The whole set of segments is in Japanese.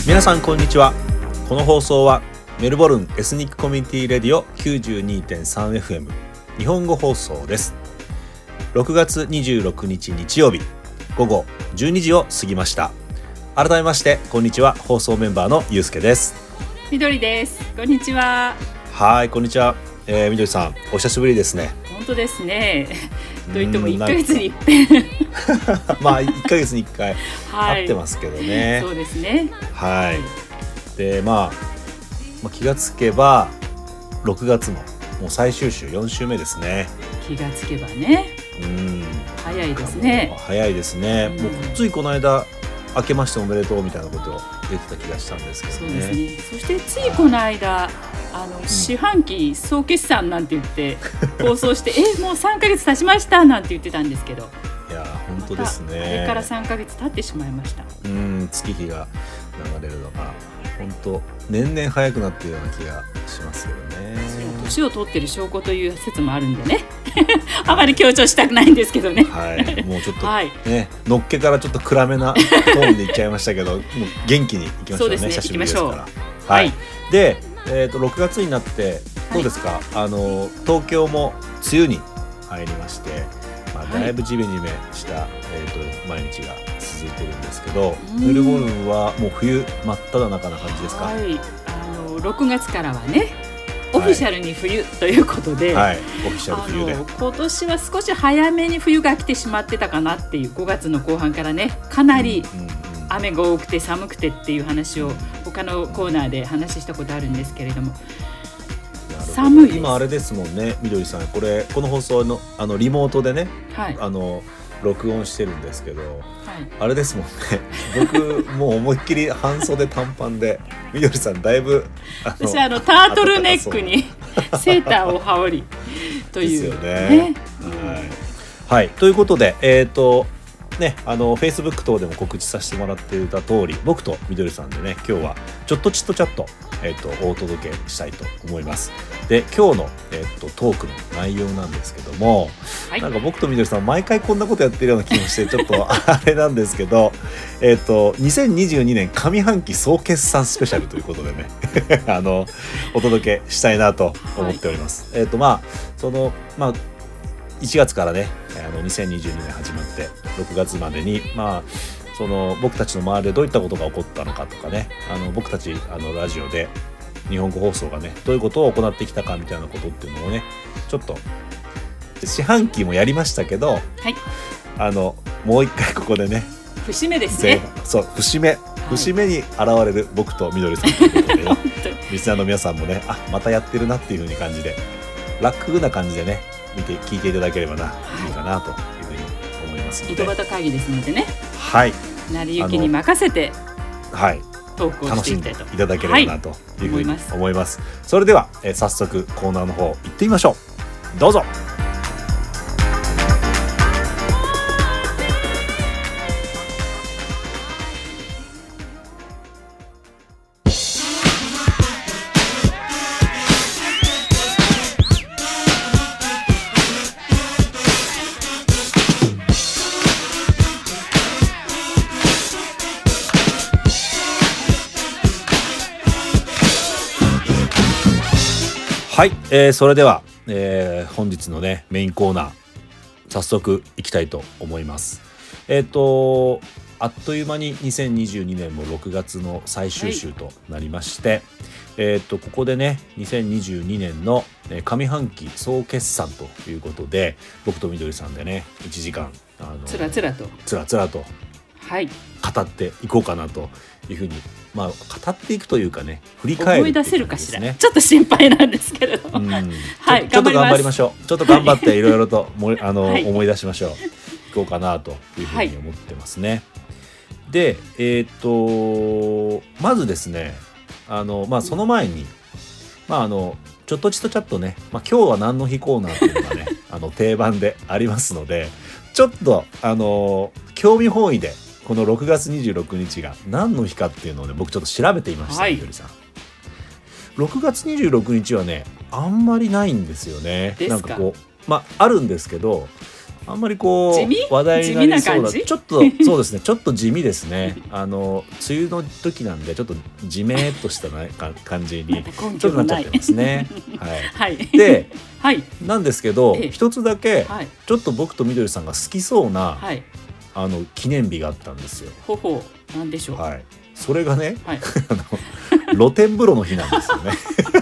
皆さんこんにちは。この放送はメルボルンエスニックコミュニティレディオ 92.3FM 日本語放送です。6月26日日曜日午後12時を過ぎました。改めましてこんにちは。放送メンバーのゆうすけです。 みどりです。こんにちは。 はい、こんにちは。みどりさんお久しぶりですね。 本当ですね。といっても1ヶ月に一遍まあ1ヶ月に1回会ってますけどね、 そうですね。 はい。でまあ気がつけば6月ももう最終週4週目ですね。 気がつけばね。早いですね。 早いですね。もうついこの間明けましておめでとうみたいなことを言ってた気がしたんですけどね。 そうですね。そしてついこの間四半期総決算なんて言って放送してもう3ヶ月経ちましたなんて言ってたんですけど、 いや本当ですね。 あれから3ヶ月経ってしまいました。 月日が流れるのが本当年々早くなっているような気がしますよね。 年を取ってる証拠という説もあるんでねあまり強調したくないんですけどね。 はい、もうちょっとね、のっけからちょっと暗めなトーンでいっちゃいましたけどもう元気にいきましょうね。 そうですね、 久しぶりですから。 はい、 で、6月になってどうですか、東京も梅雨に入りまして、だいぶジメジメした、毎日が続いてるんですけど、メルボルンはもう冬真っ只中な感じですか？ はい、6月からはねオフィシャルに冬ということで、 はい、オフィシャル冬で今年は少し早めに冬が来てしまってたかなっていう、5月の後半からねかなり雨が多くて寒くてっていう話を他のコーナーで話したことあるんですけれども、寒いです。 今あれですもんね、みどりさん、この放送のリモートでね、 はい、 録音してるんですけど、 はい、 あれですもんね僕もう思いっきり半袖短パンでみどりさんだいぶ私タートルネックにセーターを羽織りというですよね。はい、ということでね、Facebook 等でも告知させてもらっていた通り、僕とみどりさんでね今日はちょっとチットチャット、お届けしたいと思います。で今日の、トークの内容なんですけども、はい、なんか僕とみどりさん毎回こんなことやってるような気もしてちょっとあれなんですけど2022年上半期総決算スペシャルということでねお届けしたいなと思っております。はい、1月からね2022年始まって6月までに僕たちの周りでどういったことが起こったのかとかね、僕たちラジオで日本語放送がねどういうことを行ってきたかみたいなことっていうのをねちょっと四半期もやりましたけど、はい、もう一回ここでね節目ですね。 そう節目に現れる僕とみどりさんということで、ね、リスナーの皆さんもねまたやってるなっていう風に感じで楽な感じでね聞いていただければいいかなというふうに思いますので、 井戸端会議ですのでね、 はい、 成り行きに任せて、 はい、 トークをしていきたいと楽しんでいただければなというふうに思います。それでは、早速コーナーの方行ってみましょう。どうぞ。はい、それでは、本日のねメインコーナー早速いきたいと思います。あっという間に2022年も6月の最終週となりまして、ここでね2022年の上半期総決算ということで僕とみどりさんでね1時間つらつらとはい、語っていこうかなというふうに、語っていくというかね振り返る、 思い出せるかしら、ちょっと心配なんですけれども、 はい、ちょっと頑張りましょう。ちょっと頑張っていろいろとはい、思い出しましょう。いこうかなというふうに思ってますね。はい、でまずですねその前にちょっとチットチャットね、今日は何の日コーナーというのがね定番でありますので、ちょっと興味本位でこの6月26日が何の日かっていうのをね僕ちょっと調べていました。みどりさん、6月26日はねあんまりないんですよね。なんかこうあるんですけどあんまりこ地味う話題になりそうな、 地味な感じちょっとそうですね、ちょっと地味ですね。梅雨の時なんでちょっとじめーっとした感じにまた根ちょっとな拠のないっちゃってますね。はい。 はいではいなんですけど、 ええ一つだけはいちょっと僕とみどりさんが好きそうな、 はい記念日があったんですよ。 ほほうなんでしょうはい。それがね、 はい露天風呂の日なんですよね。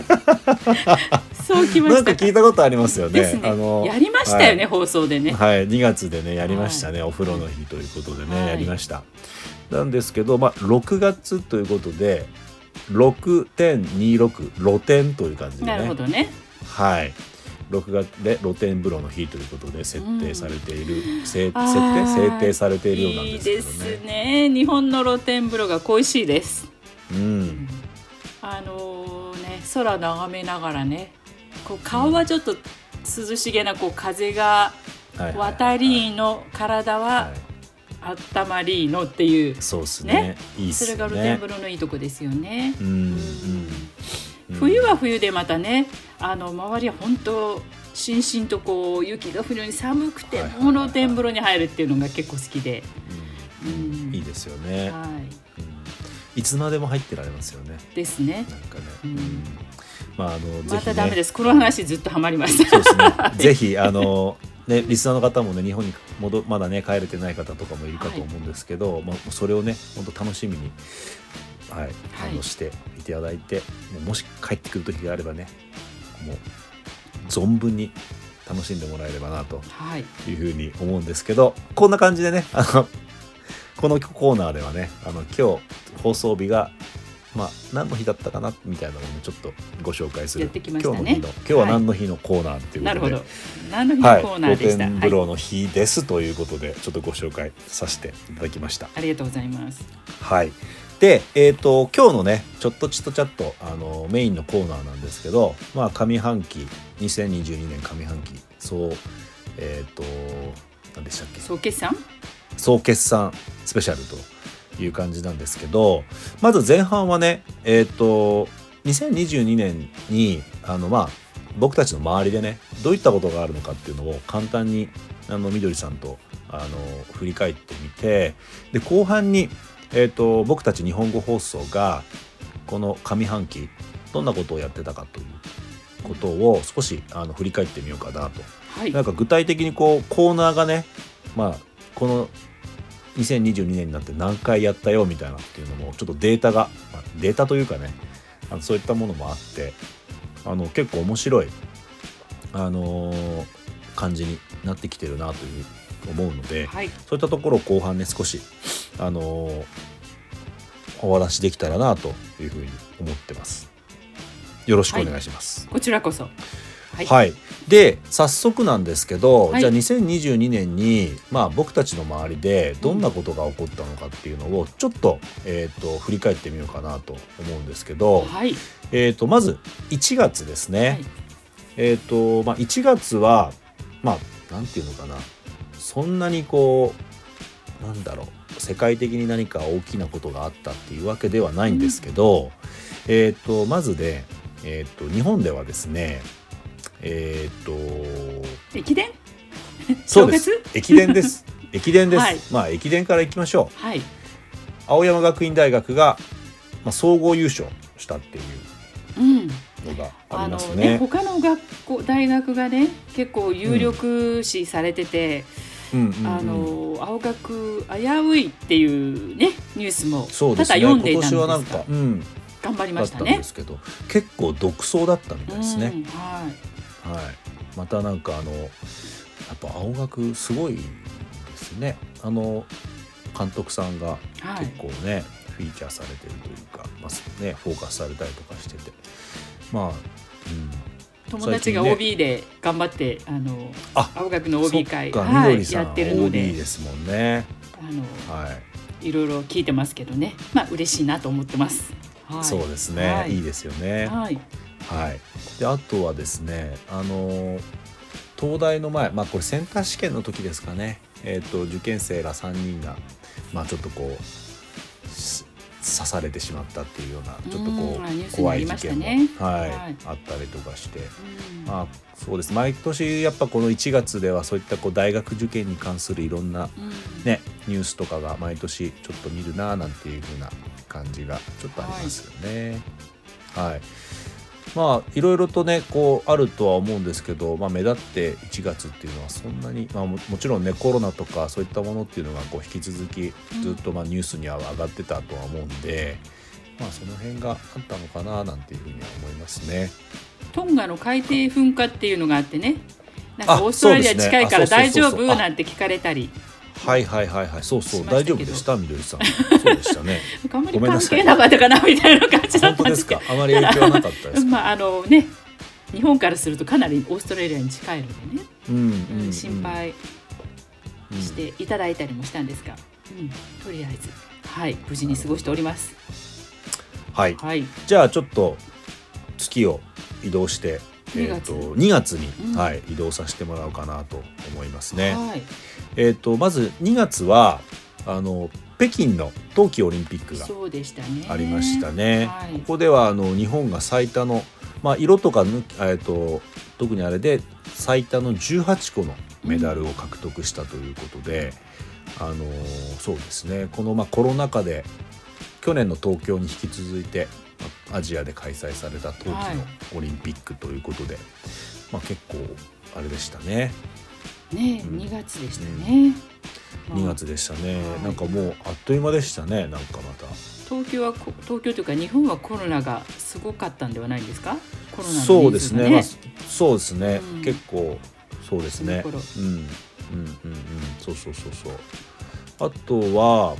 そうきまなんかしたか聞いたことありますよね。 ですねやりましたよね、放送でねはい、2月でねやりましたね、お風呂の日ということでね、 はいやりました。なんですけど、6月ということで6.26露天という感じでね。 なるほどねはい。6月で露天風呂の日ということで設定されている、制定されているようなんですけどね。 いいですね。日本の露天風呂が恋しいです。空眺めながらね、こう顔はちょっと涼しげなこう風が渡りの体はあったまりのっていう、 そうですね。いいっすね。 それが露天風呂のいいとこですよね。 冬は冬でまたね、周りは本当しんしんとこう雪が降るように寒くて、もう露天風呂に入るっていうのが結構好きで、 いいですよね。 はい、 いつまでも入ってられますよね。 ですね。 なんかね。またダメです。この話ずっとハマりました。 そうですね。ぜひね、リスナーの方もね、日本にまだね帰れてない方とかもいるかと思うんですけど、それをね本当楽しみに、していただいて、もし帰ってくる時があればね、もう存分に楽しんでもらえればなというふうに思うんですけど、こんな感じでね、このコーナーではね、今日放送日が何の日だったかなみたいなのをちょっとご紹介する、 やってきましたね。 今日は何の日のコーナーっていうことで、 なるほど、何の日のコーナーでした。 露天風呂の日ですということで、ちょっとご紹介させていただきました。 ありがとうございます。 はい。で、今日のねちょっとチトチャットメインのコーナーなんですけど、上半期2022年上半期何でしたっけ、総決算スペシャルという感じなんですけど、まず前半はね2022年に僕たちの周りでねどういったことがあるのかっていうのを簡単にみどりさんと振り返ってみて、で後半に僕たち日本語放送がこの上半期どんなことをやってたかということを少し振り返ってみようかなと、なんか具体的にこうコーナーがね、この2022年になって何回やったよみたいなっていうのもちょっとデータというかね、そういったものもあって結構面白い感じになってきてるなという思うので、そういったところを後半ね少しお話できたらなというふうに思ってます。よろしくお願いします。 こちらこそ。 で早速なんですけど、じゃあ2022年に僕たちの周りでどんなことが起こったのかっていうのをちょっと、振り返ってみようかなと思うんですけど、まず1月ですね。1月はなんていうのかな、そんなにこう世界的に何か大きなことがあったっていうわけではないんですけど、まずで、日本ではですね駅伝そうです、駅伝です。駅伝です。駅伝からいきましょう。青山学院大学が、総合優勝したっていうのがありますね。 他の大学がね結構有力視されてて、青学危ういっていうねニュースも多々読んでいたんですが、今年は頑張りましたね。 だったんですけど、結構独走だったみたいですね。またやっぱ青学すごいですね。監督さんが結構ね、フィーチャーされてるというか、フォーカスされたりとかしてて、 友達が OB で頑張って青学の OB 会やってるので、 OB ですもんね。 いろいろ聞いてますけどね、嬉しいなと思ってます。 そうですね、いいですよね。であとはですね東大の前、これセンター試験の時ですかね、受験生ら3人がちょっとこう刺されてしまったっていうようなちょっとニュースに怖ないりま事件も、 したね。 あったりとかして、そうです。毎年やっぱこの1月ではそういった大学受験に関するいろんな、ニュースとかが毎年ちょっと見るななんていう風な感じがちょっとありますよね。いろいろとねあるとは思うんですけど、目立って1月っていうのはそんなに、もちろんねコロナとかそういったものっていうのが引き続きずっとニュースには上がってたとは思うんで、その辺があったのかななんていうふうには思いますね。 トンガの海底噴火っていうのがあってね、なんかオーストラリア近いから大丈夫なんて聞かれたり。 大丈夫でしたみどりさん。そうでしたね。 あんまり関係なかったかなみたいな感じだったんですけど。 本当ですか。あまり影響はなかったですか。 日本からするとかなりオーストラリアに近いのでね、心配していただいたりもしたんですが、とりあえず無事に過ごしております。 じゃあちょっと月を移動して2月に、移動させてもらおうかなと思いますね。まず2月は北京の冬季オリンピックがありましたね。ここでは日本が最多の、色とか特にあれで最多の18個のメダルを獲得したということで、そうですね、このコロナ禍で去年の東京に引き続いてアジアで開催された冬季のオリンピックということで、結構あれでしたね。 2月でしたね。 2月でしたね。なんかもうあっという間でしたね。なんかまた東京というか日本はコロナがすごかったんではないんですか。コロナのニュースがね。 そうですね。そうですね。結構そうですね。そう。あとは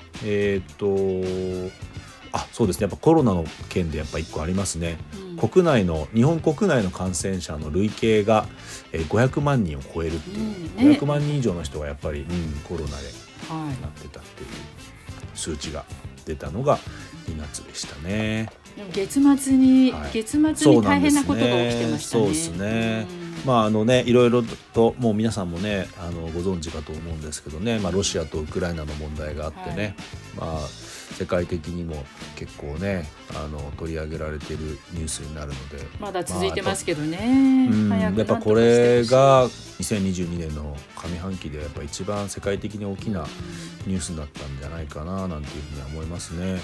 そうですね。やっぱコロナの件でやっぱ1個ありますね。日本国内の感染者の累計が500万人を超えるっていう、500万人以上の人がやっぱり、コロナでなってたっていう数値が出たのが2月でしたね。 でも月末に大変なことが起きてましたね。 そうですね。いろいろともう皆さんもねご存知かと思うんですけどね、ロシアとウクライナの問題があってね、世界的にも結構ね取り上げられているニュースになるので、 まだ続いてますけどね。 やっぱこれが2022年の上半期でやっぱ一番世界的に大きなニュースだったんじゃないかななんていうふうには思いますね。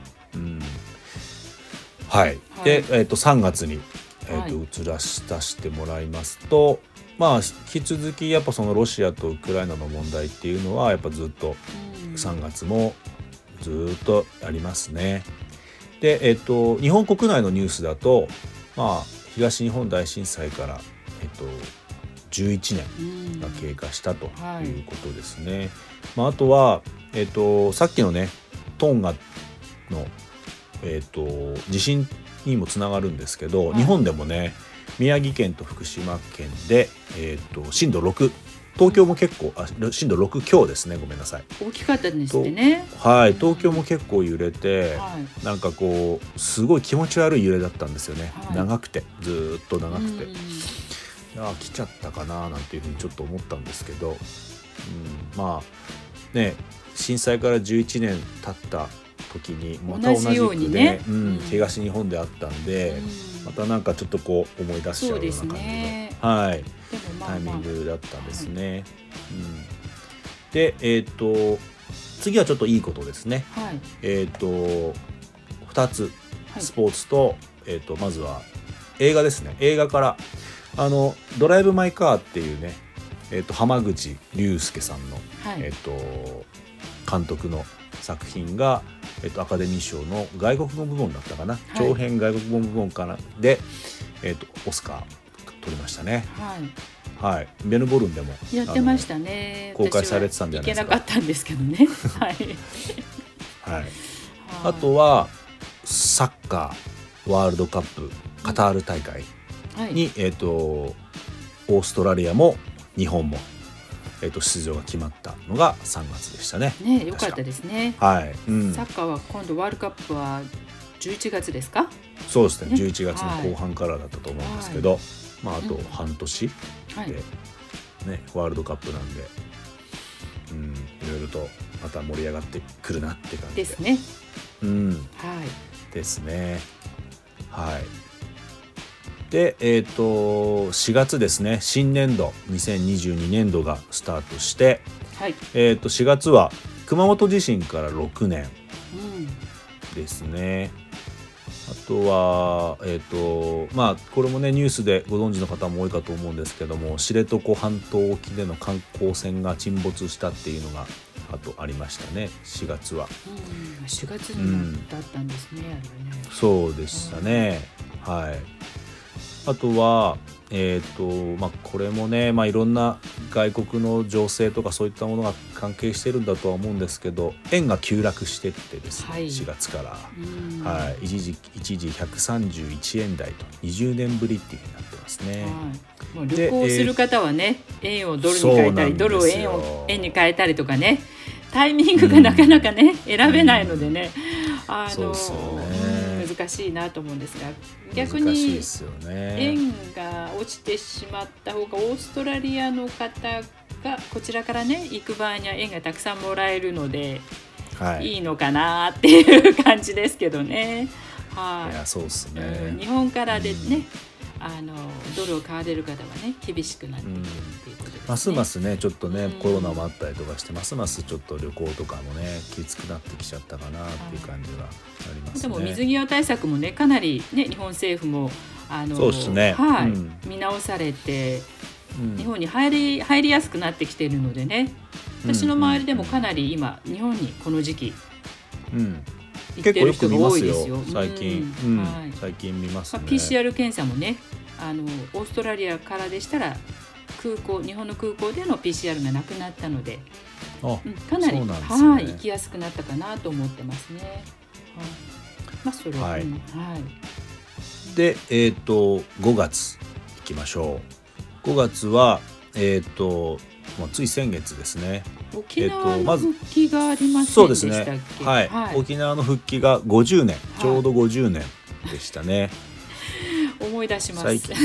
で、3月に、移らさせてもらいますと、引き続きやっぱそのロシアとウクライナの問題っていうのはやっぱずっと3月もずっとありますね。で、日本国内のニュースだと、東日本大震災から、11年が経過したということですね。あとは、さっきのねトンガの、地震にもつながるんですけど、日本でもね宮城県と福島県で、震度6、東京も結構震度6強ですね。ごめんなさい。 大きかったんですってね。 東京も結構揺れて、なんかすごい気持ち悪い揺れだったんですよね。長くてずっと長くて、来ちゃったかななんていうふうにちょっと思ったんですけど、震災から11年経った時にまた同じくね、東日本であったんで、またなんかちょっと思い出しちゃうような感じの、タイミングだったんですね。で、次はちょっといいことですね。2つスポーツと、まずは映画ですね。映画からドライブ・マイ・カーっていうね、浜口竜介さんの、監督の作品が、アカデミー賞の外国語部門だったかな、長編外国語部門からで、オスカー取りましたね。メルボルンでもやってましたね。 公開されてたんじゃないですか。 行けなかったんですけどね。 あとはサッカーワールドカップカタール大会に、オーストラリアも日本も、出場が決まったのが3月でしたね。 よかったですね。サッカーは今度ワールドカップは11月ですか？ そうですね。11月の後半からだったと思うんですけど、あと半年で、ワールドカップなんで、いろいろとまた盛り上がってくるなって感じでですね。 ですね。はい。で、4月ですね、新年度2022年度がスタートして、4月は熊本地震から6年ですね。あとは、これもねニュースでご存知の方も多いかと思うんですけども、知床半島沖での観光船が沈没したっていうのがありましたね、4月は。 4月にだったんですね、あれはね。 そうでしたね。はい。あとはこれもね、いろんな外国の情勢とかそういったものが関係してるんだとは思うんですけど、円が急落してってですね、4月から、一時131円台と20年ぶりっていう風になってますね。 もう旅行する方はね、円をドルに変えたり、ドルを円に変えたりとかね、タイミングがなかなかね、選べないのでね、難しいなと思うんですが、逆に円が落ちてしまった方がオーストラリアの方がこちらからね行く場合には円がたくさんもらえるので、いいのかなっていう感じですけどね。 いや、そうですね。 日本からでね、ドルを買われる方はね厳しくなっているっていうことですね。 ますますねちょっとね、コロナもあったりとかして、ますますちょっと旅行とかもねきつくなってきちゃったかなっていう感じがありますね。 でも水際対策もねかなりね日本政府もそうですね、 見直されて、日本に入りやすくなってきているのでね、私の周りでもかなり今日本にこの時期行ってる人が多いですよ。 最近見ますね。 PCR 検査もねオーストラリアからでしたら日本の空港での PCR がなくなったので、かなり、行きやすくなったかなと思ってますね。それは、 で、5月いきましょう。5月はつい先月ですね。 沖縄の復帰がありませんでしたっけ？ そうですね。沖縄の復帰が50年、ちょうど50年でしたね。 思い出します。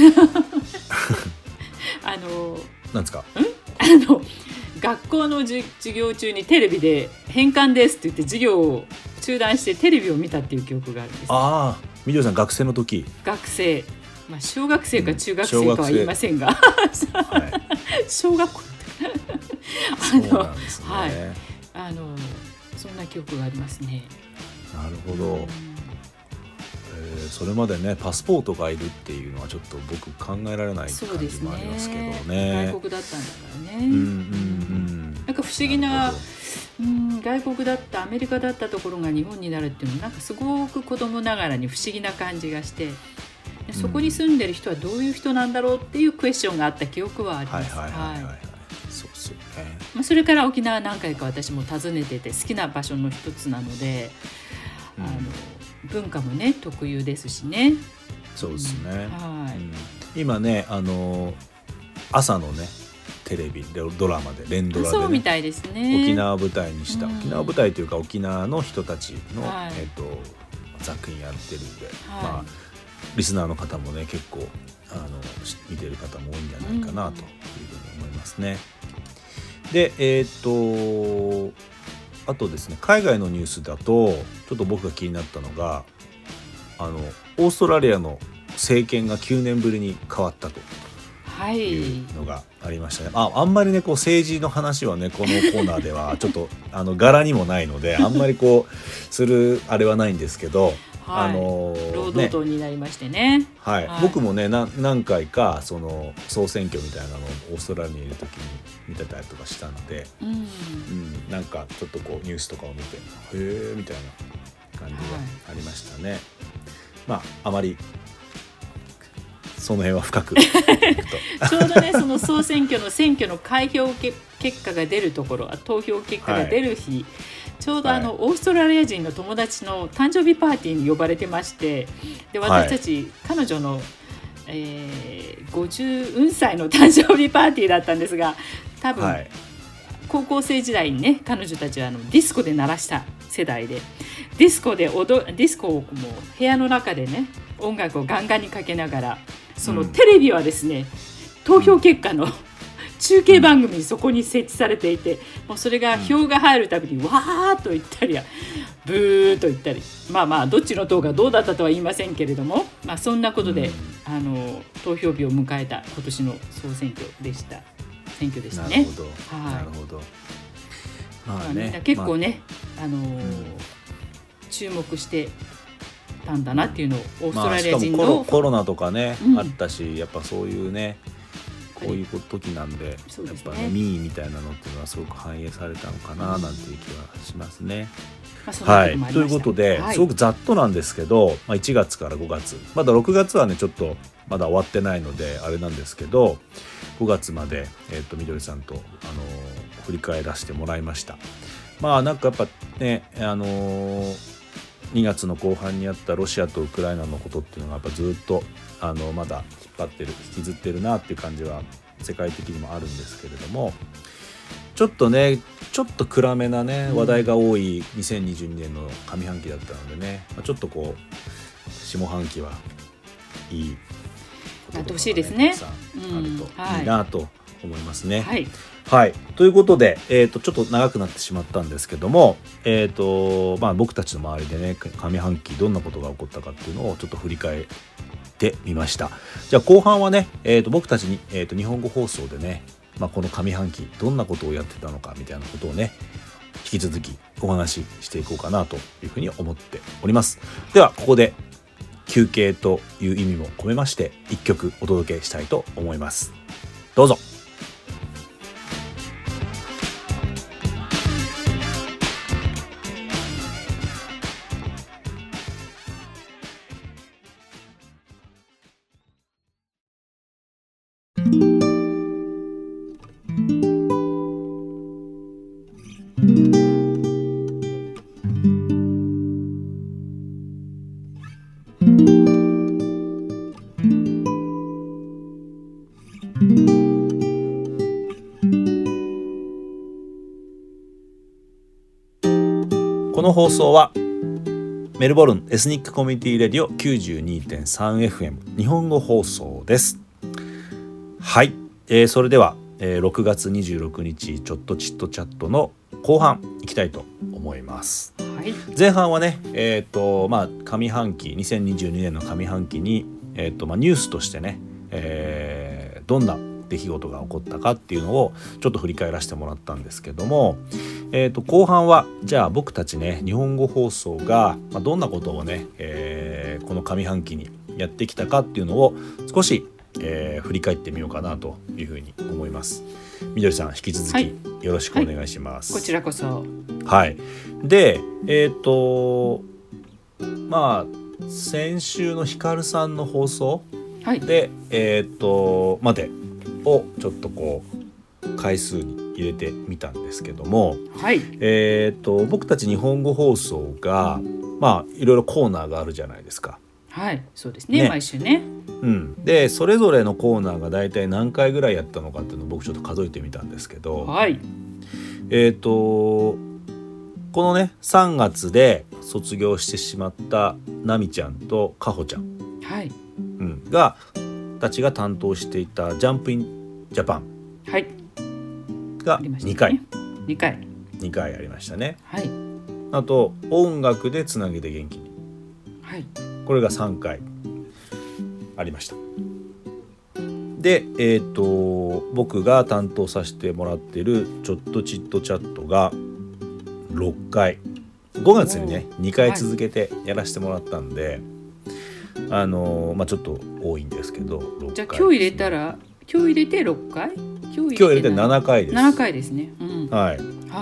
なんですか？ 学校の授業中にテレビで返還ですって言って授業を中断してテレビを見たっていう記憶があるんです。 みどりさん学生の時？ 学生、小学生か中学生かは言いませんが、小学校そうなんですね。 そんな記憶がありますね。 なるほど。それまでねパスポートがいるっていうのはちょっと僕考えられない感じもありますけどね。 外国だったんだからね。なんか不思議な、外国だったアメリカだったところが日本になるっていうのはなんかすごく子供ながらに不思議な感じがして、そこに住んでる人はどういう人なんだろうっていうクエスチョンがあった記憶はあります。 そうですよね。 それから沖縄何回か私も訪ねてて好きな場所の一つなので、文化もね特有ですしね。 そうですね。今ね朝のねテレビドラマで連ドラで、 そうみたいですね。 沖縄を舞台にした、沖縄舞台というか沖縄の人たちの、作品やってるんで、リスナーの方もね結構見てる方も多いんじゃないかなというふうに思いますね。であとですね、海外のニュースだとちょっと僕が気になったのがオーストラリアの政権が9年ぶりに変わったというのがありましたね。あんまりね政治の話はねこのコーナーではちょっと柄にもないのであんまりするあれはないんですけど、 労働党になりましてね。 僕もね何回かその総選挙みたいなのをオーストラリアにいる時に見てたりとかしたので、なんかちょっとニュースとかを見てへーみたいな感じがありましたね。あまりその辺は深くいくとちょうどねその総選挙の選挙の開票結果が出るところ、投票結果が出る日、ちょうどオーストラリア人の友達の誕生日パーティーに呼ばれてまして、で私たち、彼女の、50歳の誕生日パーティーだったんですが、多分、高校生時代にね彼女たちはディスコで鳴らした世代で、ディスコをもう部屋の中でね音楽をガンガンにかけながら、そのテレビはですね、投票結果の中継番組にそこに設置されていて、もうそれが票が入るたびにわーっと言ったりブーと言ったり、どっちの党がどうだったとは言いませんけれども、そんなことで、投票日を迎えた今年の総選挙でしたね。 なるほど、なるほど。 みんな結構ね、注目してたんだなっていうのをオーストラリア人の、 しかもコロナとかね、あったし、やっぱそういうねこういう時なんで、やっぱね民意みたいなのっていうのはすごく反映されたのかななんていう気はしますね。はい、ということで、すごくざっとなんですけど、1月から5月、まだ6月はねちょっとまだ終わってないのであれなんですけど、5月まで、みどりさんと、振り返らせてもらいました。なんかやっぱね、2月の後半にあったロシアとウクライナのことっていうのがやっぱずっとまだ引きずってるなっていう感じは世界的にもあるんですけれども、ちょっと暗めなね話題が多い2022年の上半期だったのでね、ちょっとこう下半期はいいことが、 やってほしいですね。 たくさんあるといいなと思いますね。 はい、 はい、ということで、ちょっと長くなってしまったんですけども、僕たちの周りでね上半期どんなことが起こったかっていうのをちょっと振り返ってみました。じゃあ後半はね、僕たちに、日本語放送でね、この上半期どんなことをやってたのかみたいなことをね引き続きお話ししていこうかなというふうに思っております。ではここで休憩という意味も込めまして1曲お届けしたいと思います。どうぞ。この放送はメルボルンエスニックコミュニティレディオ 92.3FM 日本語放送です。はい、それでは、6月26日ちょっとチットチャットの後半いきたいと思います。 はい、 前半はね、上半期2022年の上半期に、ニュースとしてね、どんな出来事が起こったかっていうのをちょっと振り返らせてもらったんですけども、後半はじゃあ僕たちね日本語放送が、どんなことをね、この上半期にやってきたかっていうのを少し、振り返ってみようかなというふうに思います。みどりさん引き続きよろしくお願いします。 こちらこそ。 はい。で先週のひかるさんの放送で、までをちょっとこう回数に入れてみたんですけども、僕たち日本語放送がいろいろコーナーがあるじゃないですか。 はい、そうですね、毎週ね。 でそれぞれのコーナーがだいたい何回ぐらいやったのかっていうのを僕ちょっと数えてみたんですけど、このね3月で卒業してしまったなみちゃんとかほちゃん、たちが担当していたジャンプインジャパンが2回ありましたね。あと音楽でつなげて元気に、これが3回ありました。で、僕が担当させてもらっているちょっとチットチャットが6回、5月にね2回続けてやらせてもらったんで、ちょっと多いんですけど、6回。 じゃあ今日入れて6回？今日入れて7回です。 7回ですね。 はい。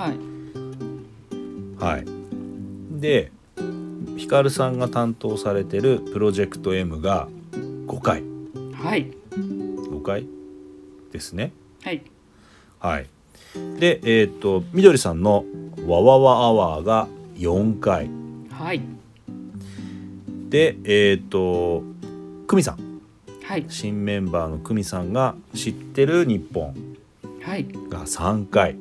で、ひかるさんが担当されてるプロジェクト M が5回。5回ですね。で、みどりさんのわわわアワーが4回。で、久美さん、新メンバーの久美さんが知ってる日本が3回。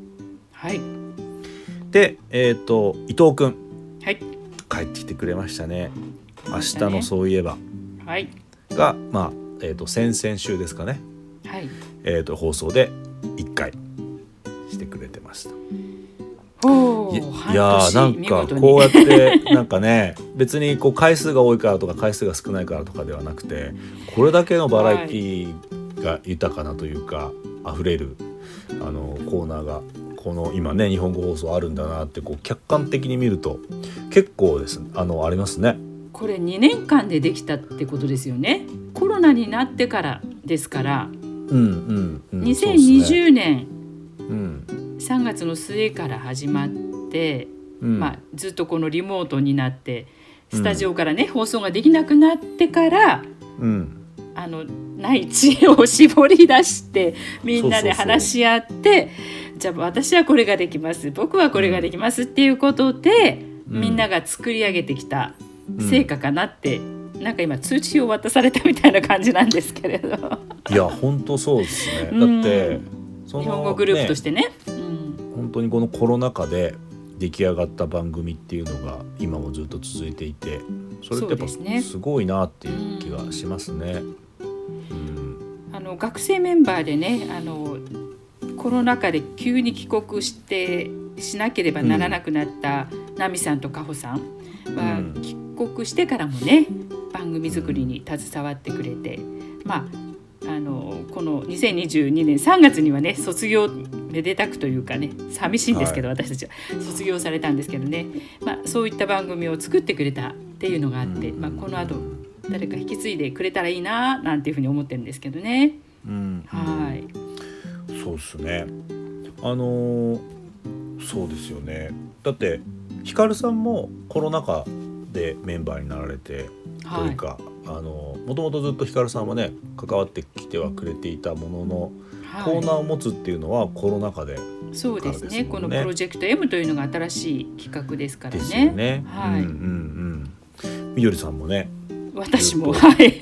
で、伊藤くん、帰ってきてくれましたね。明日のそういえばが、先々週ですかね、放送で1回してくれてました。 いやーなんかこうやってなんかね別にこう回数が多いからとか回数が少ないからとかではなくて、これだけのバラエティが豊かなというか溢れるコーナーがこの今ね日本語放送あるんだなってこう客観的に見ると結構ですありますね。 これ2年間でできたってことですよね。コロナになってからですから、2020年3月の末から始まって、ずっとこのリモートになってスタジオからね、放送ができなくなってから、ない知恵を絞り出してみんなで話し合ってじゃあ私はこれができます僕はこれができますっていうことで、みんなが作り上げてきた成果かなって、なんか今通知を渡されたみたいな感じなんですけれどいや本当そうですね。だって日本語グループとしてね、 本当にこのコロナ禍で出来上がった番組っていうのが今もずっと続いていて、それってやっぱすごいなっていう気がしますね。 学生メンバーでねコロナ禍で急に帰国しなければならなくなった奈美さんとかほさんは、帰国してからもね番組作りに携わってくれて、この2022年3月にはね卒業めでたくというかね寂しいんですけど、私たちは卒業されたんですけどね、そういった番組を作ってくれたっていうのがあって、この後誰か引き継いでくれたらいいななんていうふうに思ってるんですけどね。 そうですね。そうですよね。だってヒカルさんもコロナ禍でメンバーになられて、というかもともとずっとヒカルさんはね関わってきてはくれていたものの、コーナーを持つっていうのはコロナ禍でそうですね。このプロジェクト M というのが新しい企画ですからね。 ですよね。みどりさんもね、 私も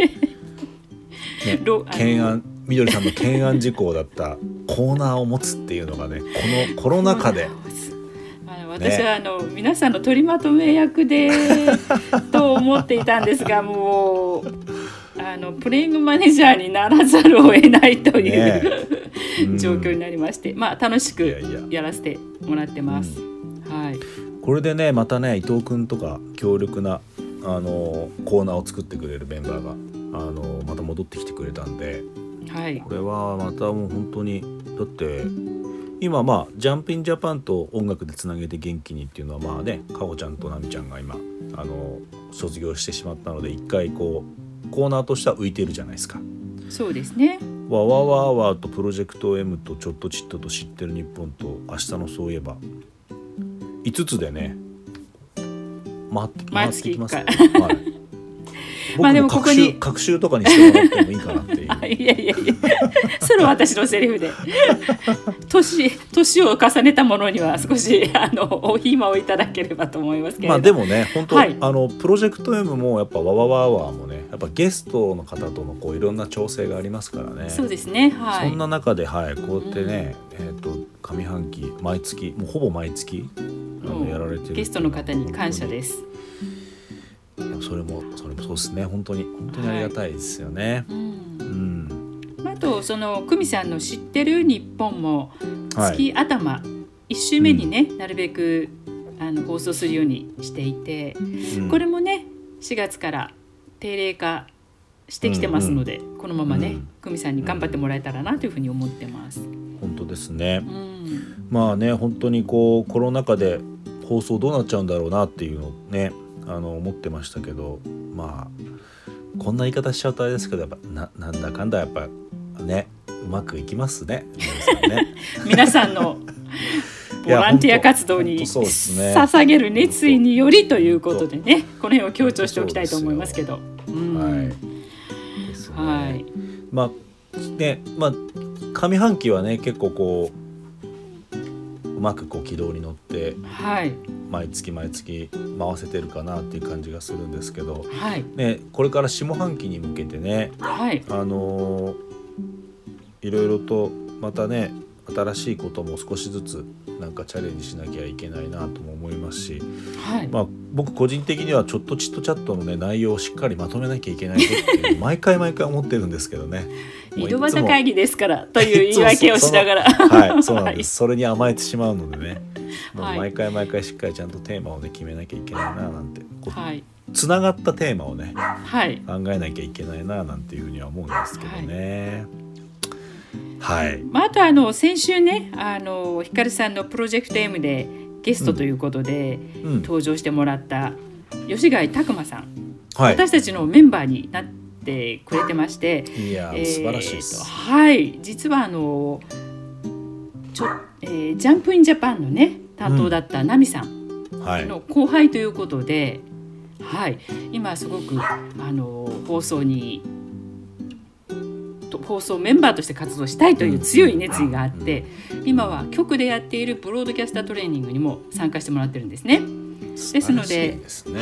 みどりさんの懸案事項だったコーナーを持つっていうのがねこのコロナ禍で私は皆さんの取りまとめ役でと思っていたんですが、もうプレイングマネージャーにならざるを得ないという、状況になりまして、楽しくやらせてもらってます。 これでねまたね伊藤くんとか強力なコーナーを作ってくれるメンバーがまた戻ってきてくれたんで、これはまたもう本当にだって今ジャンピンジャパンと音楽でつなげて元気にっていうのはかほちゃんとなみちゃんが今卒業してしまったので一回こうコーナーとしては浮いてるじゃないですか。 そうですね。 わわわわとプロジェクト M とちょっとちっとと知ってる日本と明日のそういえば5つでね回ってきますね。僕も隔週とかにしてもらってもいいかなっていういやそれは私のセリフで年を重ねたものには少しお暇をいただければと思いますけれど、 でもね本当、プロジェクト M もやっぱわわわわもねやっぱゲストの方とのこういろんな調整がありますからね。 そうですね。 そんな中でこうやってね、上半期毎月もうほぼ毎月やられてるゲストの方に感謝です。 それもそうですね。本当にありがたいですよね。 あとその久美さんの知ってる日本も月頭、1週目にね、なるべく放送するようにしていて、これもね4月から定例化してきてますので、このままね久美さんに頑張ってもらえたらなというふうに思ってます。 本当ですね。本当にこうコロナ禍で放送どうなっちゃうんだろうなっていうのをね思ってましたけど、こんな言い方しちゃうとあれですけどやっぱなんだかんだやっぱねうまくいきますね。 皆さんのボランティア活動に捧げる熱意によりということでね、この辺を強調しておきたいと思いますけど。 上半期はね結構こうまくこう軌道に乗って、毎月回せてるかなっていう感じがするんですけど、これから下半期に向けてね、いろいろとまたね新しいことも少しずつなんかチャレンジしなきゃいけないなとも思いますし、 僕個人的にはちょっとチットチャットのね内容をしっかりまとめなきゃいけないぞっていう毎回思ってるんですけどね井戸端会議ですからという言い訳をしながらはいそうなんです、それに甘えてしまうのでねもう毎回しっかりちゃんとテーマをね決めなきゃいけないななんて、つながったテーマをね、考えなきゃいけないななんていうふうには思うんですけどね。 あと先週ねひかるさんのプロジェクト M でゲストということで、登場してもらった吉貝拓馬さん、私たちのメンバーになってくれてまして、 いや、素晴らしいです。 実はジャンプインジャパンのね担当だったナミさんの後輩ということで、今すごく放送メンバーとして活動したいという強い熱意があって、今は局でやっているブロードキャスタートレーニングにも参加してもらってるんですね。ですので、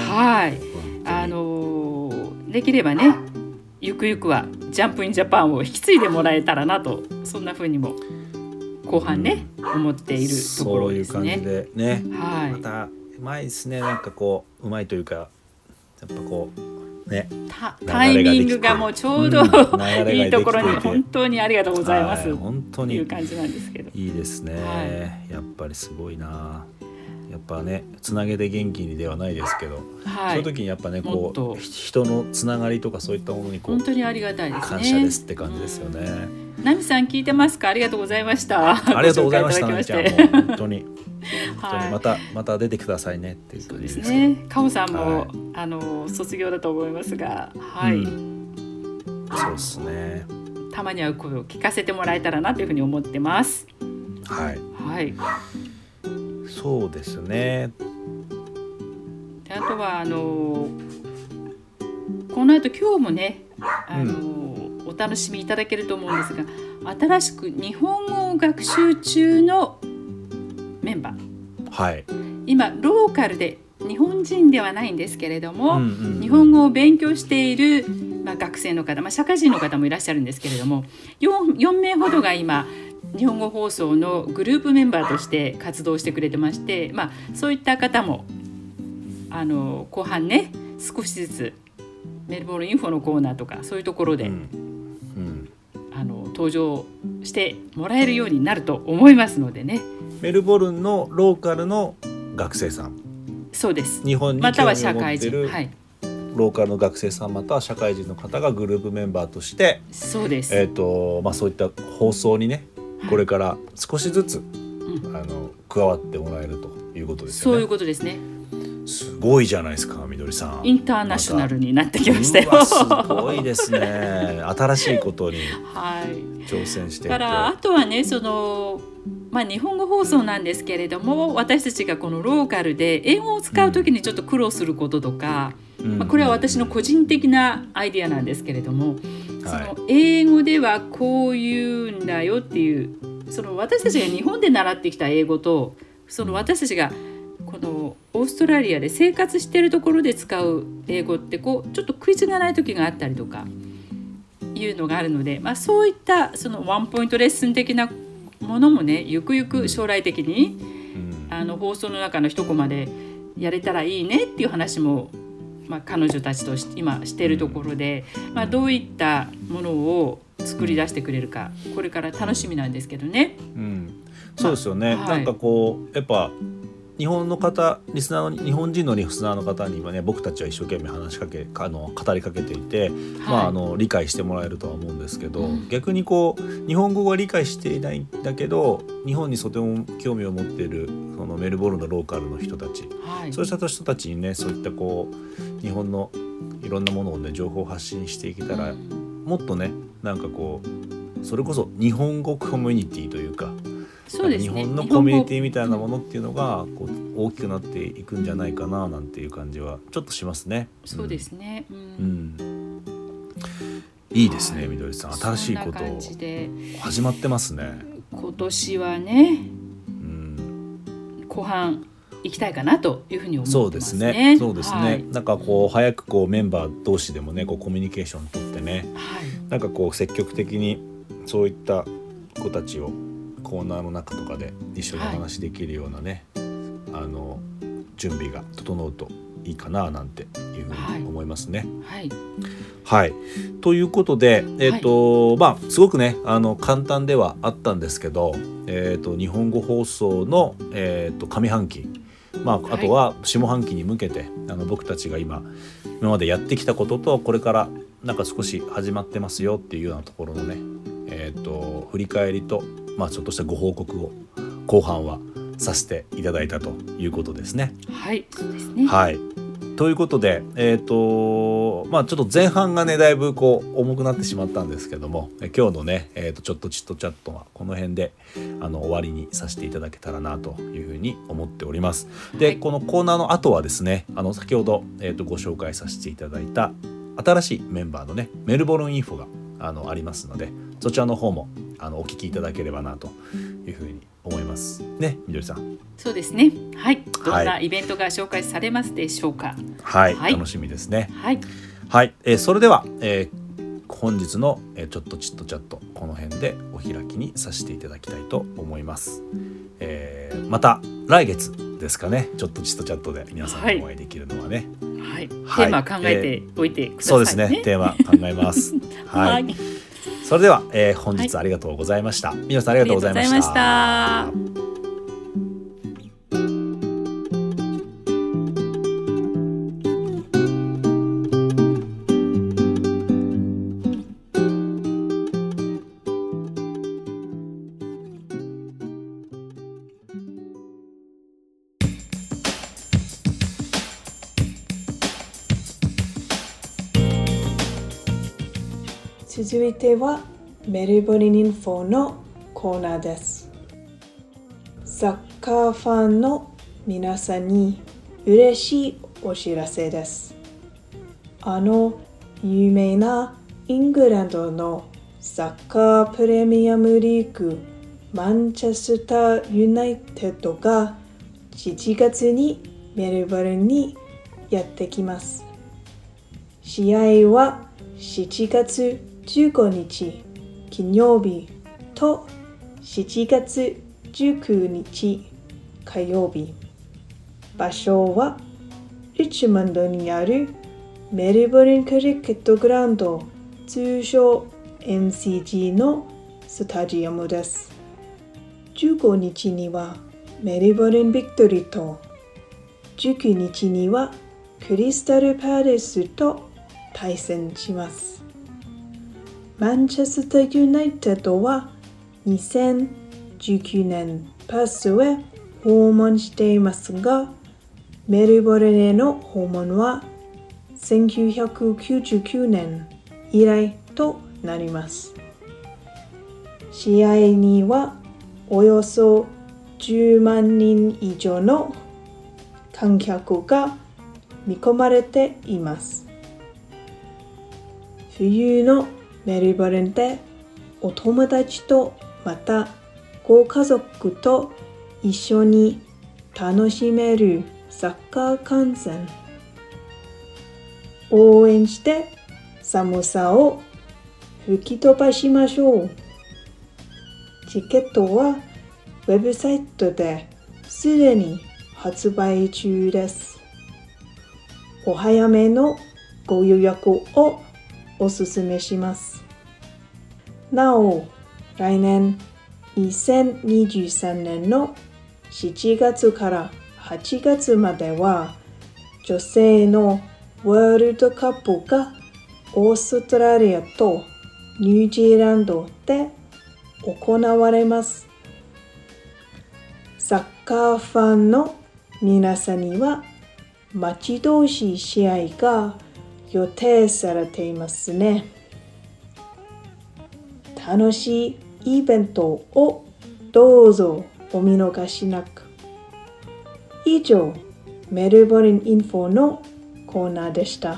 できればねゆくゆくはジャンプインジャパンを引き継いでもらえたらなと、そんな風にも後半ね、思っているところですね。 そういう感じでね、またうまいですね。なんかこううまいというかやっぱこうねタイミングがもうちょうど、いいところに本当にありがとうございます、 本当にいう感じなんですけど、 いいですね、やっぱりすごいな。やっぱねつなげて元気にではないですけど、そういう時にやっぱねこう人のつながりとかそういったものにこう本当にありがたいですね。 感謝ですって感じですよね。 ナミさん聞いてますか？ありがとうございました。 ありがとうございました。ナミちゃんも本当にまた出てくださいねっていう感じですけど。そうですね。カオさんも、卒業だと思いますが、そうですね。たまには声を聞かせてもらえたらなというふうに思ってます。 そうですね。 あとはこの後今日もねお楽しみいただけると思うんですが、新しく日本語を学習中のメンバー、今ローカルで日本人ではないんですけれども、日本語を勉強している、学生の方、社会人の方もいらっしゃるんですけれども、4名ほどが今日本語放送のグループメンバーとして活動してくれてまして、そういった方も後半ね少しずつメルボルンインフォのコーナーとかそういうところで、登場してもらえるようになると思いますのでね。 メルボルンのローカルの学生さん、 そうです。 日本に興味を持っているローカルの学生さんまたは社会人の方がグループメンバーとして、 そうです。 そういった放送にねこれから少しずつ、加わってもらえるということですよね。 そういうことですね。 すごいじゃないですか、みどりさん。 インターナショナルになってきましたよ。 すごいですね。新しいことに挑戦していて、 からあとはね日本語放送なんですけれども、私たちがこのローカルで英語を使うときにちょっと苦労することとか、これは私の個人的なアイデアなんですけれども、その英語ではこう言うんだよっていう、その私たちが日本で習ってきた英語と、その私たちがこのオーストラリアで生活しているところで使う英語ってちょっと食い違がない時があったりとかいうのがあるので、そういったそのワンポイントレッスン的なものもね、ゆくゆく将来的に、放送の中の一コマでやれたらいいねっていう話も、彼女たちと今しているところで、どういったものを作り出してくれるか、これから楽しみなんですけどね。 そうですよね。なんかこうやっぱ日本の方リスナーの日本人のリスナーの方にはね、僕たちは一生懸命語りかけていて、理解してもらえるとは思うんですけど、逆にこう日本語は理解していないんだけど日本にとても興味を持っているそのメルボルンのローカルの人たち、そうした人たちにね、そういったこう日本のいろんなものをね情報を発信していけたら、もっとねなんかこうそれこそ日本語コミュニティというか、そうですね、日本のコミュニティみたいなものっていうのがこう大きくなっていくんじゃないかななんていう感じはちょっとしますね。 そうですね、 いいですね、みどりさん、新しいことを始まってますね。 今年はね、後半行きたいかなというふうに思ってますね。 そうですね、なんかこう早くこうメンバー同士でもねこうコミュニケーション取ってね、なんかこう積極的にそういった子たちをコーナーの中とかで一緒にお話できるようなね、準備が整うといいかななんていうふうに思いますね。 はい、 はい、ということで、すごくね簡単ではあったんですけど、日本語放送の、上半期、あとは下半期に向けて僕たちが今までやってきたことと、これからなんか少し始まってますよっていうようなところのね、振り返りと、ちょっとしたご報告を後半はさせていただいたということですね。 はい、そうですね。 はい、ということで、ちょっと前半がねだいぶ重くなってしまったんですけども、今日のね、ちょっとチットチャットはこの辺で終わりにさせていただけたらなというふうに思っております。で、このコーナーの後はですね、先ほど、ご紹介させていただいた新しいメンバーのねメルボルンインフォがありますので、そちらの方もお聞きいただければなというふうに思いますね。みどりさん。 そうですね。はい。どんなイベントが紹介されますでしょうか。 はい。楽しみですね。 はい。 はい。それでは、本日の、ちょっとチットチャットこの辺でお開きにさせていただきたいと思います。また来月ですかね。ちょっとチットチャットで皆さんにお会いできるのはね。 はい。テーマ考えておいてくださいね。 そうですね。テーマ考えます。はい。それでは、本日ありがとうございました。皆さんありがとうございました。 続いてはメルボルンインフォのコーナーです。サッカーファンの皆さんに嬉しいお知らせです。有名なイングランドのサッカープレミアムリーグマンチェスターユナイテッドが7月にメルボルンにやってきます。試合は7月15日金曜日と7月19日火曜日。場所はリッチモンドにあるメルボルンクリケットグラウンド、通称 MCG のスタジアムです。15日にはメルボルンビクトリーと19日にはクリスタルパレスと対戦します。マンチェスターユナイテッドは2019年パースへ訪問していますが、メルボルンへの訪問は1999年以来となります。試合にはおよそ10万人以上の観客が見込まれています。冬のメルボルンでお友達とまたご家族と一緒に楽しめるサッカー観戦。応援して寒さを吹き飛ばしましょう。チケットはウェブサイトですでに発売中です。お早めのご予約をおすすめします。なお、来年2023年の7月から8月までは女性のワールドカップがオーストラリアとニュージーランドで行われます。サッカーファンの皆さんには待ち遠しい試合が予定されていますね。楽しいイベントをどうぞお見逃しなく。以上、メルボルンインフォのコーナーでした。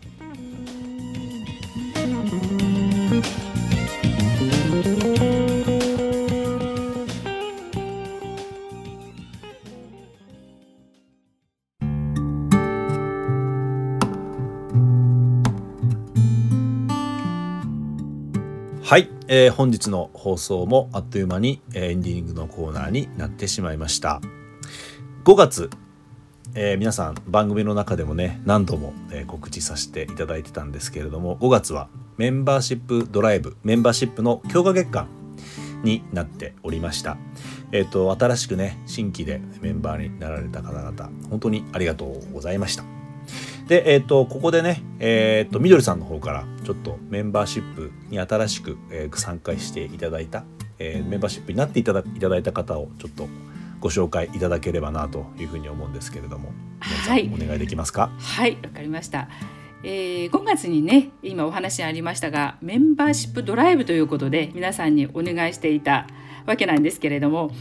はい、本日の放送もあっという間にエンディングのコーナーになってしまいました。5月皆さん番組の中でもね何度も、告知させていただいてたんですけれども、5月はメンバーシップドライブ、メンバーシップの強化月間になっておりました。新しくね新規でメンバーになられた方々本当にありがとうございました。で、ここでね、みどりさんの方からちょっとメンバーシップに新しく、参加していただいた、メンバーシップになっていただいた方をちょっとご紹介いただければなというふうに思うんですけれども、 はい、 お願いできますか。 はい、わかりました。5月にね今お話ありましたがメンバーシップドライブということで皆さんにお願いしていたわけなんですけれども、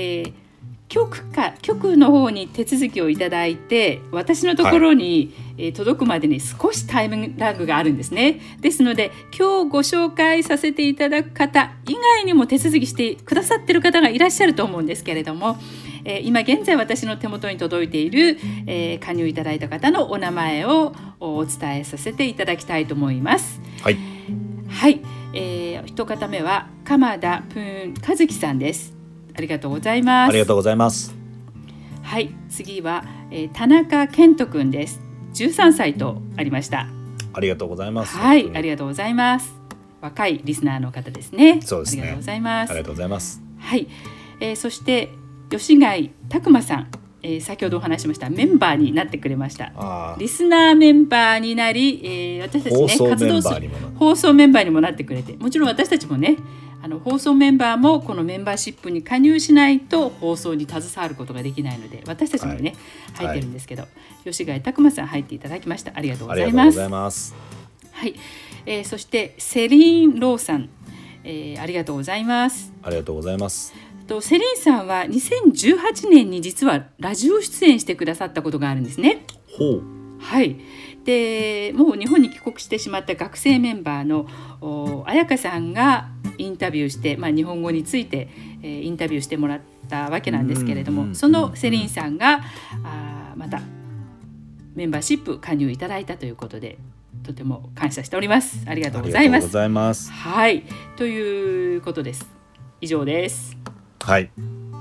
局の方に手続きをいただいて私のところに、届くまでに少しタイムラグがあるんですね。ですので今日ご紹介させていただく方以外にも手続きしてくださっている方がいらっしゃると思うんですけれども、今現在私の手元に届いている、加入いただいた方のお名前をお伝えさせていただきたいと思います。 はい、 はい、一方目は鎌田プーン和樹さんです。ありがとうございます。 ありがとうございます。 はい、次は、田中健人くんです。13歳とありました。 ありがとうございます。 はい、ありがとうございます。若いリスナーの方ですね。 そうですね。 ありがとうございます。 ありがとうございます。 はい、そして吉貝拓馬さん、先ほどお話ししましたメンバーになってくれました。リスナーメンバーになり、私たちね活動する放送メンバーにもなってくれて、もちろん私たちもね放送メンバーもこのメンバーシップに加入しないと放送に携わることができないので私たちもね、入ってるんですけど、吉貝拓馬さん入っていただきました。ありがとうございます。 ありがとうございます。 はい、そしてセリーン・ローさん、ありがとうございます。 ありがとうございます。 セリーンさんは2018年に実はラジオ出演してくださったことがあるんですね。 ほう。 はい、でもう日本に帰国してしまった学生メンバーの彩香さんがインタビューして、日本語について、インタビューしてもらったわけなんですけれども、そのセリーンさんがまたメンバーシップ加入いただいたということでとても感謝しております。ありがとうございます。 ありがとうございます。 はい、ということです。以上です。 はい。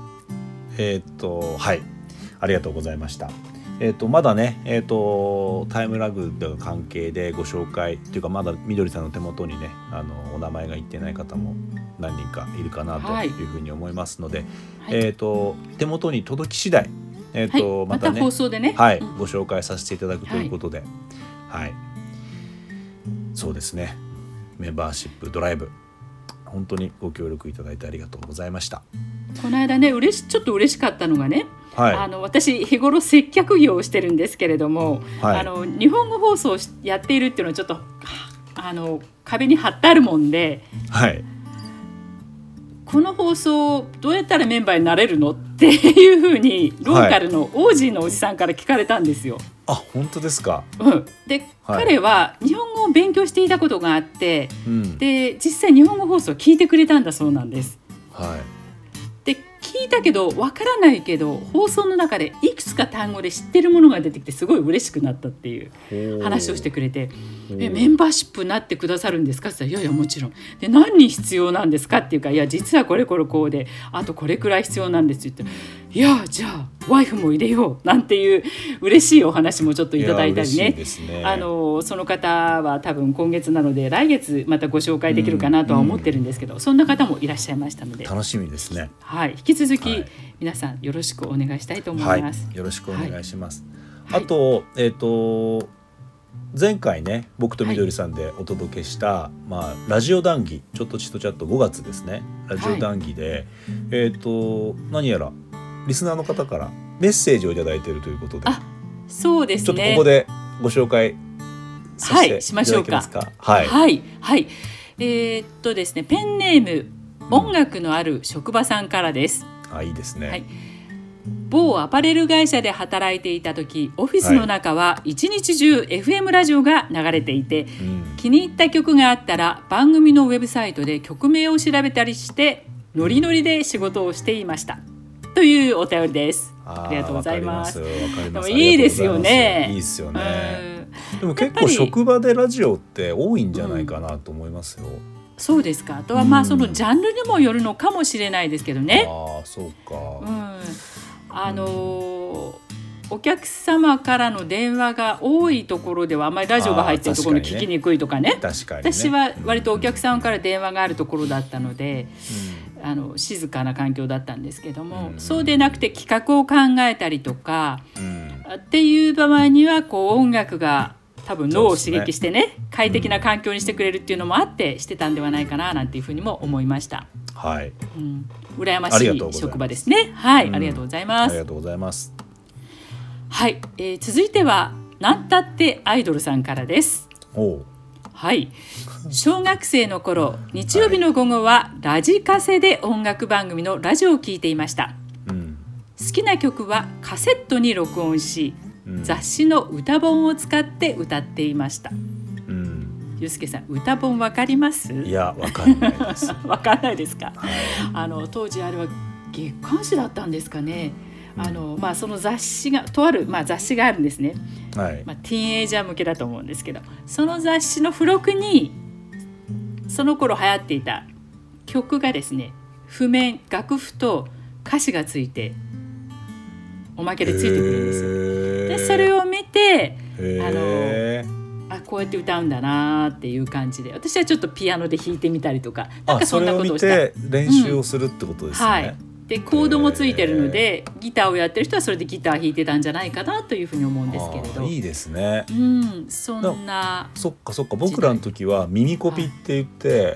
はい。ありがとうございました。まだね、タイムラグの関係でご紹介というかまだみどりさんの手元にねお名前がいってない方も何人かいるかなというふうに思いますので、はい、手元に届き次第、またね、 放送でね、 はい、ご紹介させていただくということで、はい、そうですね、メンバーシップドライブ本当にご協力いただいてありがとうございました。 この間ねちょっと嬉しかったのがね、 はい、 私日頃接客業をしてるんですけれども、はい、日本語放送をやっているっていうのはちょっと壁に貼ってあるもんで、 はい、 この放送どうやったらメンバーになれるのっていうふうにローカルのオージーのおじさんから聞かれたんですよ。 あ、本当ですか。 で、彼は日本語を勉強していたことがあって、で実際日本語放送を聞いてくれたんだそうなんです。 はい。 で聞いたけどわからないけど放送の中でいくつか単語で知ってるものが出てきてすごい嬉しくなったっていう話をしてくれて、メンバーシップになってくださるんですかって言ったら、いやいやもちろんで、何に必要なんですかっていうか、いや実はこれこうであとこれくらい必要なんですって言って、いやじゃあワイフも入れようなんていう嬉しいお話もちょっといただいたり ね、その方は多分今月なので来月またご紹介できるかなとは思ってるんですけど、そんな方もいらっしゃいましたので楽しみですね。 はい、引き続き、皆さんよろしくお願いしたいと思います。 よろしくお願いします。あと、前回ね僕とみどりさんでお届けした、ラジオ談義ちょっとチットチャット5月ですね、ラジオ談義で、何やらリスナーの方からメッセージをいただいているということで、 そうですね、 ちょっとここでご紹介させていただけますか。 はいですね、ペンネーム音楽のある職場さんからです。 いいですね。 某アパレル会社で働いていた時、オフィスの中は一日中 FM ラジオが流れていて、気に入った曲があったら番組のウェブサイトで曲名を調べたりしてノリノリで仕事をしていましたというお便りです。ありがとうございます。でもいいですよね。 いいですよね。でも結構職場でラジオって多いんじゃないかなと思いますよ。 そうですか。あとはそのジャンルにもよるのかもしれないですけどね。 そうか。 お客様からの電話が多いところではあまりラジオが入ってるところに聞きにくいとかね。 確かにね。 私は割とお客様から電話があるところだったので、静かな環境だったんですけども、そうでなくて企画を考えたりとか、っていう場合にはこう音楽が多分脳を刺激してね、快適な環境にしてくれるっていうのもあってしてたんではないかななんていうふうにも思いました。 はい、 羨ましい職場ですね。はい、ありがとうございます。 ありがとうございます。 はい、続いてはなんたってアイドルさんからです。はい、小学生の頃日曜日の午後はラジカセで音楽番組のラジオを聞いていました。好きな曲はカセットに録音し、雑誌の歌本を使って歌っていました。ゆうすけさん、歌本わかります？ いや、わかんないです。 わかんないですか？当時あれは月刊誌だったんですかね。その雑誌がとある、雑誌があるんですね。ティーンエイジャー向けだと思うんですけど、その雑誌の付録にその頃流行っていた曲がですね、譜面、楽譜と歌詞がついておまけでついてくるんですよ。でそれを見てこうやって歌うんだなっていう感じで、私はちょっとピアノで弾いてみたりとか、なんかそんなことをした。 それを見て練習をするってことですね。 はい。でコードもついてるので、ギターをやってる人はそれでギター弾いてたんじゃないかなというふうに思うんですけれど。 いいですね。 そんな。 そっか僕らの時は耳コピって言って、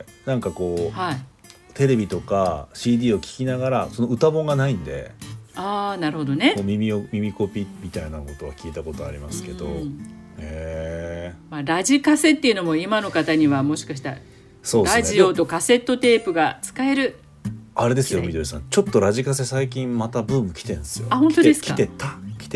なんかこう、テレビとか CD を聴きながら、その歌本がないんで、 なるほどね。 耳コピみたいなことは聞いたことありますけど、 ラジカセっていうのも今の方にはもしかしたら、ラジオとカセットテープが使える。 あれですよ、みどりさん、ちょっとラジカセ最近またブーム来てるんですよ。 本当ですか？ 来てた。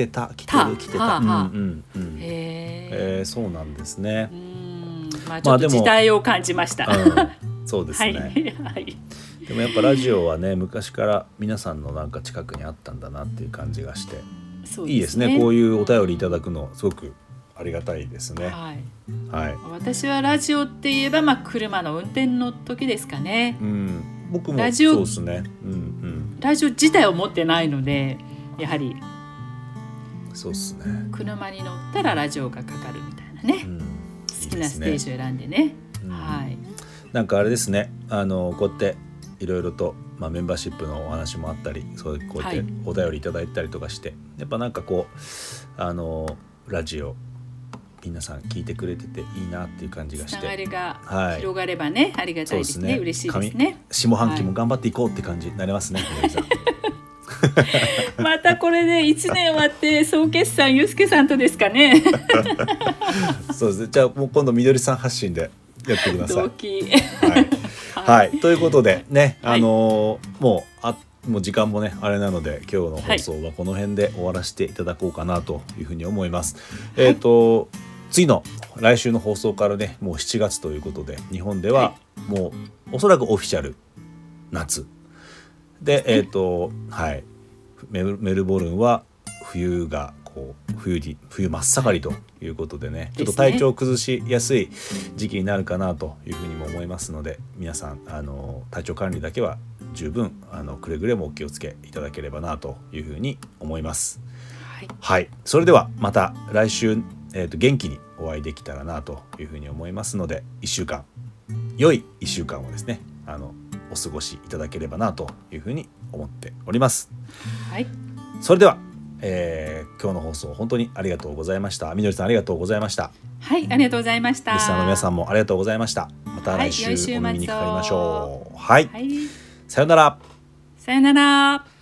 そうなんですね。 ちょっと時代を感じました。 そうですね。でもやっぱラジオはね、昔から皆さんのなんか近くにあったんだなっていう感じがして、いいですね。こういうお便りいただくのすごくありがたいですね。 私はラジオって言えば、車の運転の時ですかね。 僕もそうですね。 ラジオ自体を持ってないので、やはりそうですね。 車に乗ったらラジオがかかるみたいなね。好きなステージを選んでね。 なんかあれですね。こうやっていろいろと、メンバーシップのお話もあったり、こうやってお便りいただいたりとかして、やっぱなんかこうラジオ皆さん聞いてくれてていいなっていう感じがして、つながりが広がればね、ありがたいですね。嬉しいですね。 下半期も頑張っていこうって感じになりますね。 またこれで1年終わって総決算ゆうすけさんとですかね。 そうですね。じゃあもう今度みどりさん発信でやってください。 同期。 ということでね、もう時間もねあれなので、今日の放送はこの辺で終わらせていただこうかなというふうに思います。次の来週の放送からね、もう7月ということで、日本ではもうおそらくオフィシャル夏で、メルボルンは冬が冬真っ盛りということでね、ちょっと体調を崩しやすい時期になるかなというふうにも思いますので、皆さん体調管理だけは十分くれぐれもお気をつけいただければなというふうに思います。それではまた来週、元気にお会いできたらなというふうに思いますので、良い1週間をですねお過ごしいただければなというふうに思っております。それでは、今日の放送本当にありがとうございました。みどりさんありがとうございました。 ありがとうございました。 リスナーの皆さんもありがとうございました。また来週お耳にかかりましょう。さよなら。 さよなら。